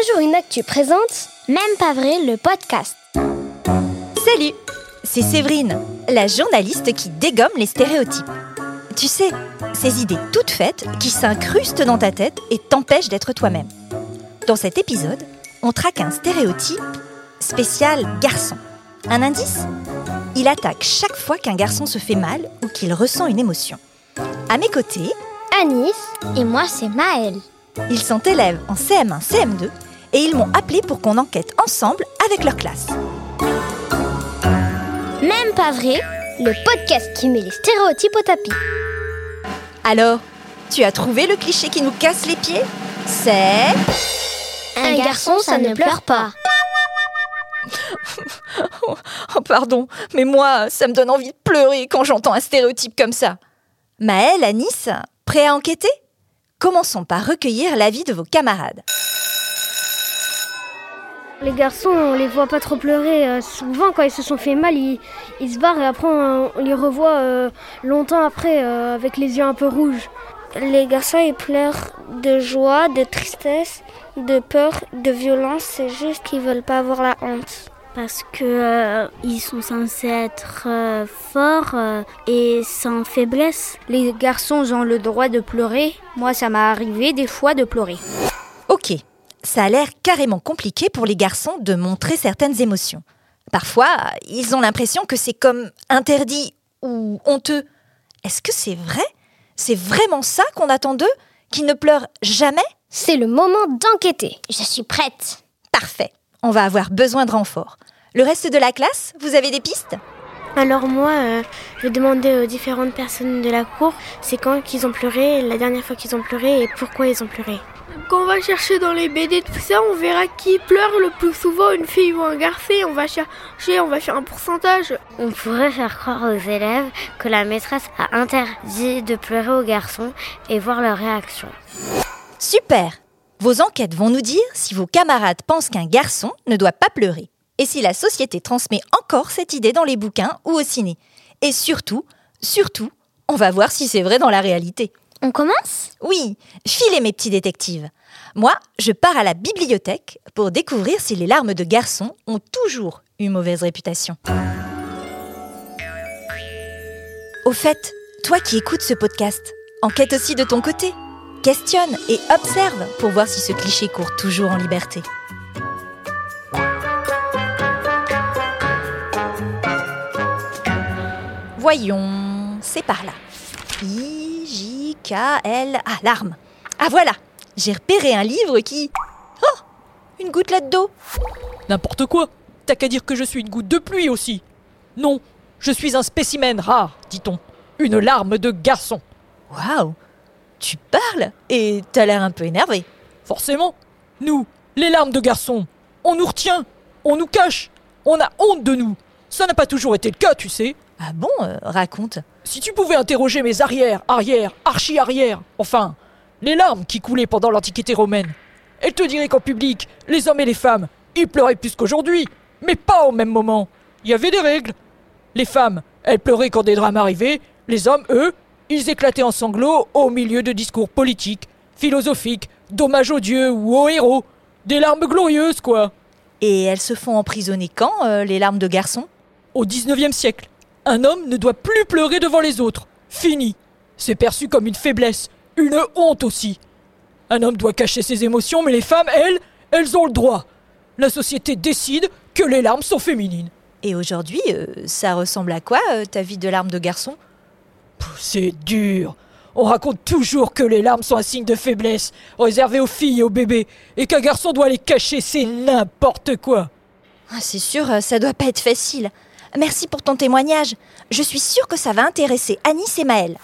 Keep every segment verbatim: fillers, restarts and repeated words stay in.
Toujours une actu présente, Même pas vrai, le podcast. Salut, c'est Séverine, la journaliste qui dégomme les stéréotypes. Tu sais, ces idées toutes faites qui s'incrustent dans ta tête et t'empêchent d'être toi-même. Dans cet épisode, on traque un stéréotype spécial garçon. Un indice ? Il attaque chaque fois qu'un garçon se fait mal ou qu'il ressent une émotion. À mes côtés, Anis et moi c'est Maëlle. Ils sont élèves en C M un C M deux et ils m'ont appelé pour qu'on enquête ensemble avec leur classe. Même pas vrai, le podcast qui met les stéréotypes au tapis. Alors, tu as trouvé le cliché qui nous casse les pieds ? C'est... Un garçon, ça ne pleure pas. Oh pardon, mais moi, ça me donne envie de pleurer quand j'entends un stéréotype comme ça. Maëlle, Anis, prêt à enquêter ? Commençons par recueillir l'avis de vos camarades. Les garçons, on les voit pas trop pleurer. Euh, souvent, quand ils se sont fait mal, ils, ils se barrent et après, on, on les revoit euh, longtemps après, euh, avec les yeux un peu rouges. Les garçons, ils pleurent de joie, de tristesse, de peur, de violence. C'est juste qu'ils veulent pas avoir la honte. Parce que euh, ils sont censés être euh, forts euh, et sans faiblesse. Les garçons ont le droit de pleurer. Moi, ça m'est arrivé des fois de pleurer. Ok, ça a l'air carrément compliqué pour les garçons de montrer certaines émotions. Parfois, ils ont l'impression que c'est comme interdit ou honteux. Est-ce que c'est vrai ? C'est vraiment ça qu'on attend d'eux ? Qu'ils ne pleurent jamais ? C'est le moment d'enquêter. Je suis prête. Parfait, on va avoir besoin de renforts. Le reste de la classe, vous avez des pistes ? Alors moi, euh, je vais demander aux différentes personnes de la cour, c'est quand qu'ils ont pleuré, la dernière fois qu'ils ont pleuré et pourquoi ils ont pleuré. Quand on va chercher dans les B D, tout ça, on verra qui pleure le plus souvent, une fille ou un garçon. On va chercher, on va faire un pourcentage. On pourrait faire croire aux élèves que la maîtresse a interdit de pleurer aux garçons et voir leur réaction. Super ! Vos enquêtes vont nous dire si vos camarades pensent qu'un garçon ne doit pas pleurer. Et si la société transmet encore cette idée dans les bouquins ou au ciné. Et surtout, surtout, on va voir si c'est vrai dans la réalité. On commence ? Oui, filez mes petits détectives. Moi, je pars à la bibliothèque pour découvrir si les larmes de garçons ont toujours une mauvaise réputation. Au fait, toi qui écoutes ce podcast, enquête aussi de ton côté. Questionne et observe pour voir si ce cliché court toujours en liberté. Voyons, c'est par là. I, J, K, L... Ah, larmes. Ah, voilà. J'ai repéré un livre qui... Oh, une gouttelette d'eau. N'importe quoi. T'as qu'à dire que je suis une goutte de pluie aussi. Non, je suis un spécimen rare, dit-on. Une larme de garçon. Waouh, tu parles et t'as l'air un peu énervé. Forcément. Nous, les larmes de garçon, on nous retient, on nous cache, on a honte de nous. Ça n'a pas toujours été le cas, tu sais. Ah bon, euh, raconte. Si tu pouvais interroger mes arrières, arrières, archi-arrières, enfin, les larmes qui coulaient pendant l'Antiquité romaine, elles te diraient qu'en public, les hommes et les femmes, ils pleuraient plus qu'aujourd'hui, mais pas au même moment. Il y avait des règles. Les femmes, elles pleuraient quand des drames arrivaient, les hommes, eux, ils éclataient en sanglots au milieu de discours politiques, philosophiques, d'hommages aux dieux ou aux héros. Des larmes glorieuses, quoi. Et elles se font emprisonner quand, euh, les larmes de garçon ? Au dix-neuvième siècle. Un homme ne doit plus pleurer devant les autres. Fini. C'est perçu comme une faiblesse, une honte aussi. Un homme doit cacher ses émotions, mais les femmes, elles, elles ont le droit. La société décide que les larmes sont féminines. Et aujourd'hui, euh, ça ressemble à quoi, euh, ta vie de larmes de garçon ? Pff, c'est dur. On raconte toujours que les larmes sont un signe de faiblesse, réservé aux filles et aux bébés, et qu'un garçon doit les cacher, c'est n'importe quoi. Ah, c'est sûr, euh, ça doit pas être facile. Merci pour ton témoignage. Je suis sûre que ça va intéresser Anis et Maëlle.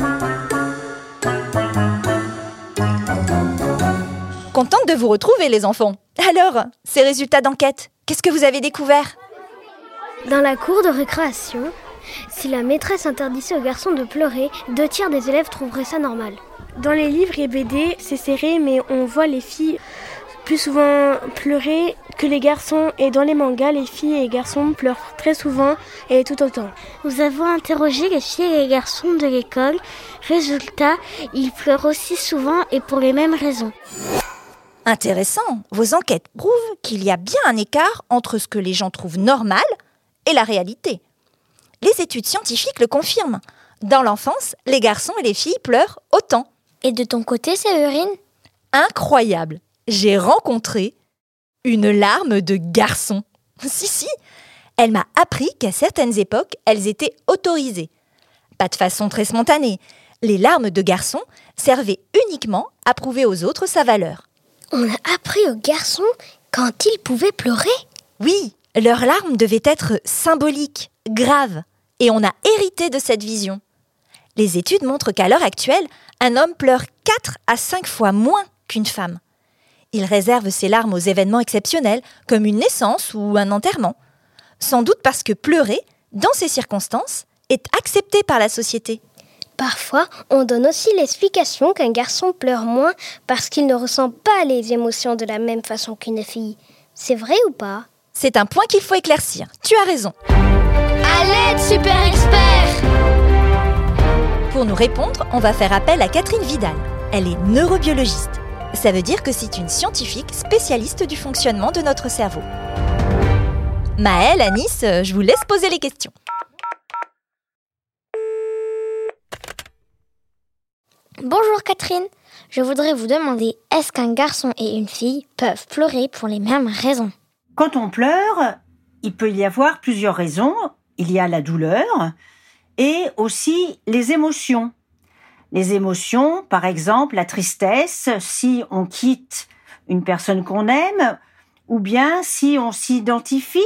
Contente de vous retrouver, les enfants. Alors, ces résultats d'enquête, qu'est-ce que vous avez découvert ? Dans la cour de récréation, si la maîtresse interdisait aux garçons de pleurer, deux tiers des élèves trouveraient ça normal. Dans les livres et B D, c'est serré, mais on voit les filles plus souvent pleurer que les garçons. Et dans les mangas, les filles et les garçons pleurent très souvent et tout autant. Nous avons interrogé les filles et les garçons de l'école. Résultat, ils pleurent aussi souvent et pour les mêmes raisons. Intéressant, vos enquêtes prouvent qu'il y a bien un écart entre ce que les gens trouvent normal et la réalité. Les études scientifiques le confirment. Dans l'enfance, les garçons et les filles pleurent autant. Et de ton côté, Séverine ? Incroyable, j'ai rencontré une larme de garçon. Si, si, elle m'a appris qu'à certaines époques, elles étaient autorisées. Pas de façon très spontanée. Les larmes de garçon servaient uniquement à prouver aux autres sa valeur. On a appris aux garçons quand ils pouvaient pleurer ? Oui, leurs larmes devaient être symboliques, graves, et on a hérité de cette vision. Les études montrent qu'à l'heure actuelle, un homme pleure quatre à cinq fois moins qu'une femme. Il réserve ses larmes aux événements exceptionnels, comme une naissance ou un enterrement. Sans doute parce que pleurer, dans ces circonstances, est accepté par la société. Parfois, on donne aussi l'explication qu'un garçon pleure moins parce qu'il ne ressent pas les émotions de la même façon qu'une fille. C'est vrai ou pas ? C'est un point qu'il faut éclaircir. Tu as raison. À l'aide, super expert ! Pour nous répondre, on va faire appel à Catherine Vidal. Elle est neurobiologiste. Ça veut dire que c'est une scientifique spécialiste du fonctionnement de notre cerveau. Maëlle, Anis, je vous laisse poser les questions. Bonjour Catherine, je voudrais vous demander, est-ce qu'un garçon et une fille peuvent pleurer pour les mêmes raisons ? Quand on pleure, il peut y avoir plusieurs raisons. Il y a la douleur et aussi les émotions. Les émotions, par exemple, la tristesse, si on quitte une personne qu'on aime, ou bien si on s'identifie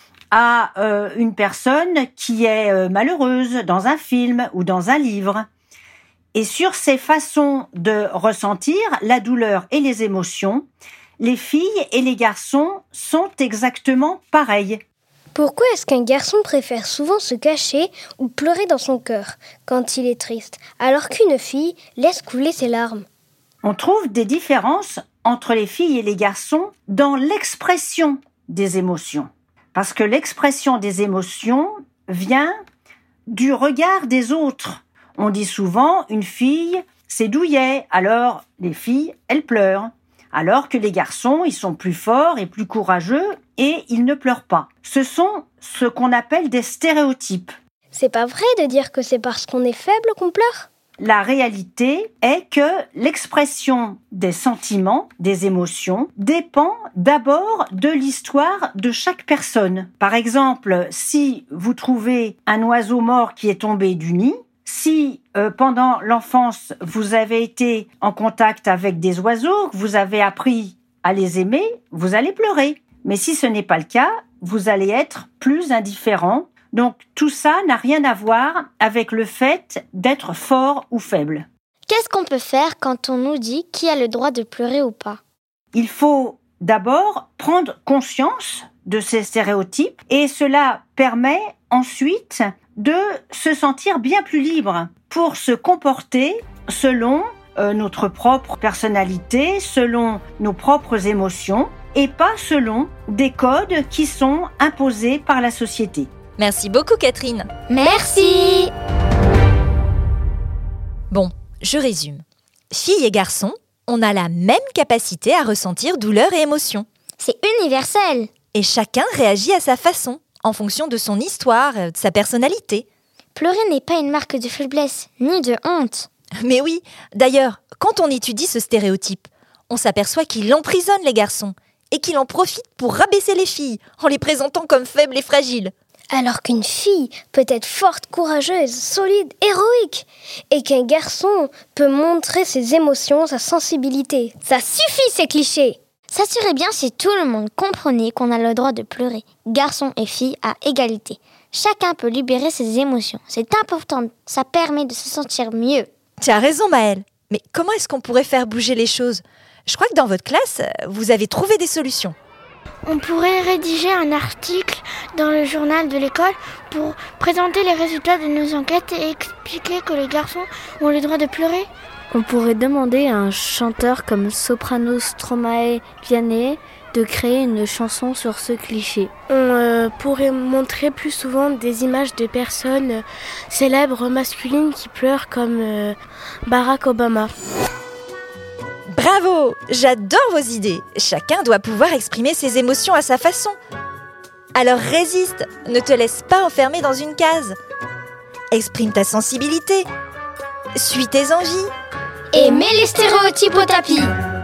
à euh, une personne qui est euh, malheureuse dans un film ou dans un livre. Et sur ces façons de ressentir la douleur et les émotions, les filles et les garçons sont exactement pareils. Pourquoi est-ce qu'un garçon préfère souvent se cacher ou pleurer dans son cœur quand il est triste, alors qu'une fille laisse couler ses larmes ? On trouve des différences entre les filles et les garçons dans l'expression des émotions. Parce que l'expression des émotions vient du regard des autres. On dit souvent, une fille, c'est douillet, alors les filles, elles pleurent. Alors que les garçons, ils sont plus forts et plus courageux et ils ne pleurent pas. Ce sont ce qu'on appelle des stéréotypes. C'est pas vrai de dire que c'est parce qu'on est faible qu'on pleure ? La réalité est que l'expression des sentiments, des émotions, dépend d'abord de l'histoire de chaque personne. Par exemple, si vous trouvez un oiseau mort qui est tombé du nid, si euh, pendant l'enfance vous avez été en contact avec des oiseaux, que vous avez appris à les aimer, vous allez pleurer. Mais si ce n'est pas le cas, vous allez être plus indifférent. Donc tout ça n'a rien à voir avec le fait d'être fort ou faible. Qu'est-ce qu'on peut faire quand on nous dit qui a le droit de pleurer ou pas ? Il faut d'abord prendre conscience de ces stéréotypes et cela permet ensuite de se sentir bien plus libre pour se comporter selon euh, notre propre personnalité, selon nos propres émotions et pas selon des codes qui sont imposés par la société. Merci beaucoup Catherine. Merci. Bon, je résume. Filles et garçons, on a la même capacité à ressentir douleur et émotion. C'est universel. Et chacun réagit à sa façon, en fonction de son histoire, de sa personnalité. Pleurer n'est pas une marque de faiblesse, ni de honte. Mais oui, d'ailleurs, quand on étudie ce stéréotype, on s'aperçoit qu'il emprisonne les garçons et qu'il en profite pour rabaisser les filles en les présentant comme faibles et fragiles. Alors qu'une fille peut être forte, courageuse, solide, héroïque, et qu'un garçon peut montrer ses émotions, sa sensibilité. Ça suffit ces clichés! Ça serait bien si tout le monde comprenait qu'on a le droit de pleurer, garçons et filles à égalité. Chacun peut libérer ses émotions. C'est important, ça permet de se sentir mieux. Tu as raison Maëlle, mais comment est-ce qu'on pourrait faire bouger les choses ? Je crois que dans votre classe, vous avez trouvé des solutions. On pourrait rédiger un article dans le journal de l'école pour présenter les résultats de nos enquêtes et expliquer que les garçons ont le droit de pleurer. On pourrait demander à un chanteur comme Soprano Stromae Vianney de créer une chanson sur ce cliché. On euh, pourrait montrer plus souvent des images de personnes euh, célèbres masculines qui pleurent comme euh, Barack Obama. Bravo! J'adore vos idées. Chacun doit pouvoir exprimer ses émotions à sa façon. Alors résiste, ne te laisse pas enfermer dans une case. Exprime ta sensibilité. Suis tes envies. Et mets les stéréotypes au tapis.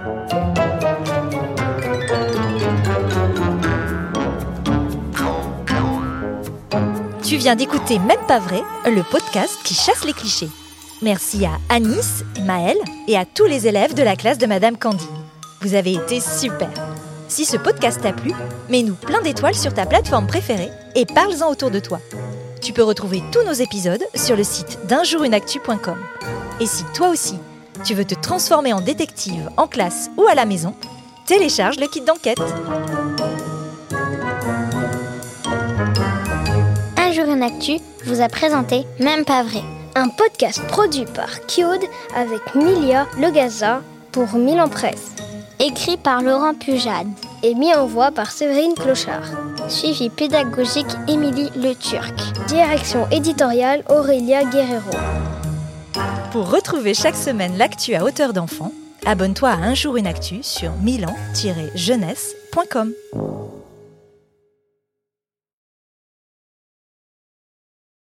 Tu viens d'écouter Même pas vrai, le podcast qui chasse les clichés. Merci à Anis, Maëlle et à tous les élèves de la classe de Madame Candy. Vous avez été super. Si ce podcast t'a plu, mets-nous plein d'étoiles sur ta plateforme préférée et parle-en autour de toi. Tu peux retrouver tous nos épisodes sur le site d'un jour une actu point com. Et si toi aussi, tu veux te transformer en détective en classe ou à la maison, télécharge le kit d'enquête. Un jour une actu vous a présenté Même pas vrai. Un podcast produit par Kiod avec Milia Legaza pour Milan Presse. Écrit par Laurent Pujade. Et mis en voix par Séverine Clochard. Suivi pédagogique Émilie Le Turc. Direction éditoriale Aurélia Guerrero. Pour retrouver chaque semaine l'actu à hauteur d'enfant, abonne-toi à Un jour une actu sur milan tiret jeunesse point com.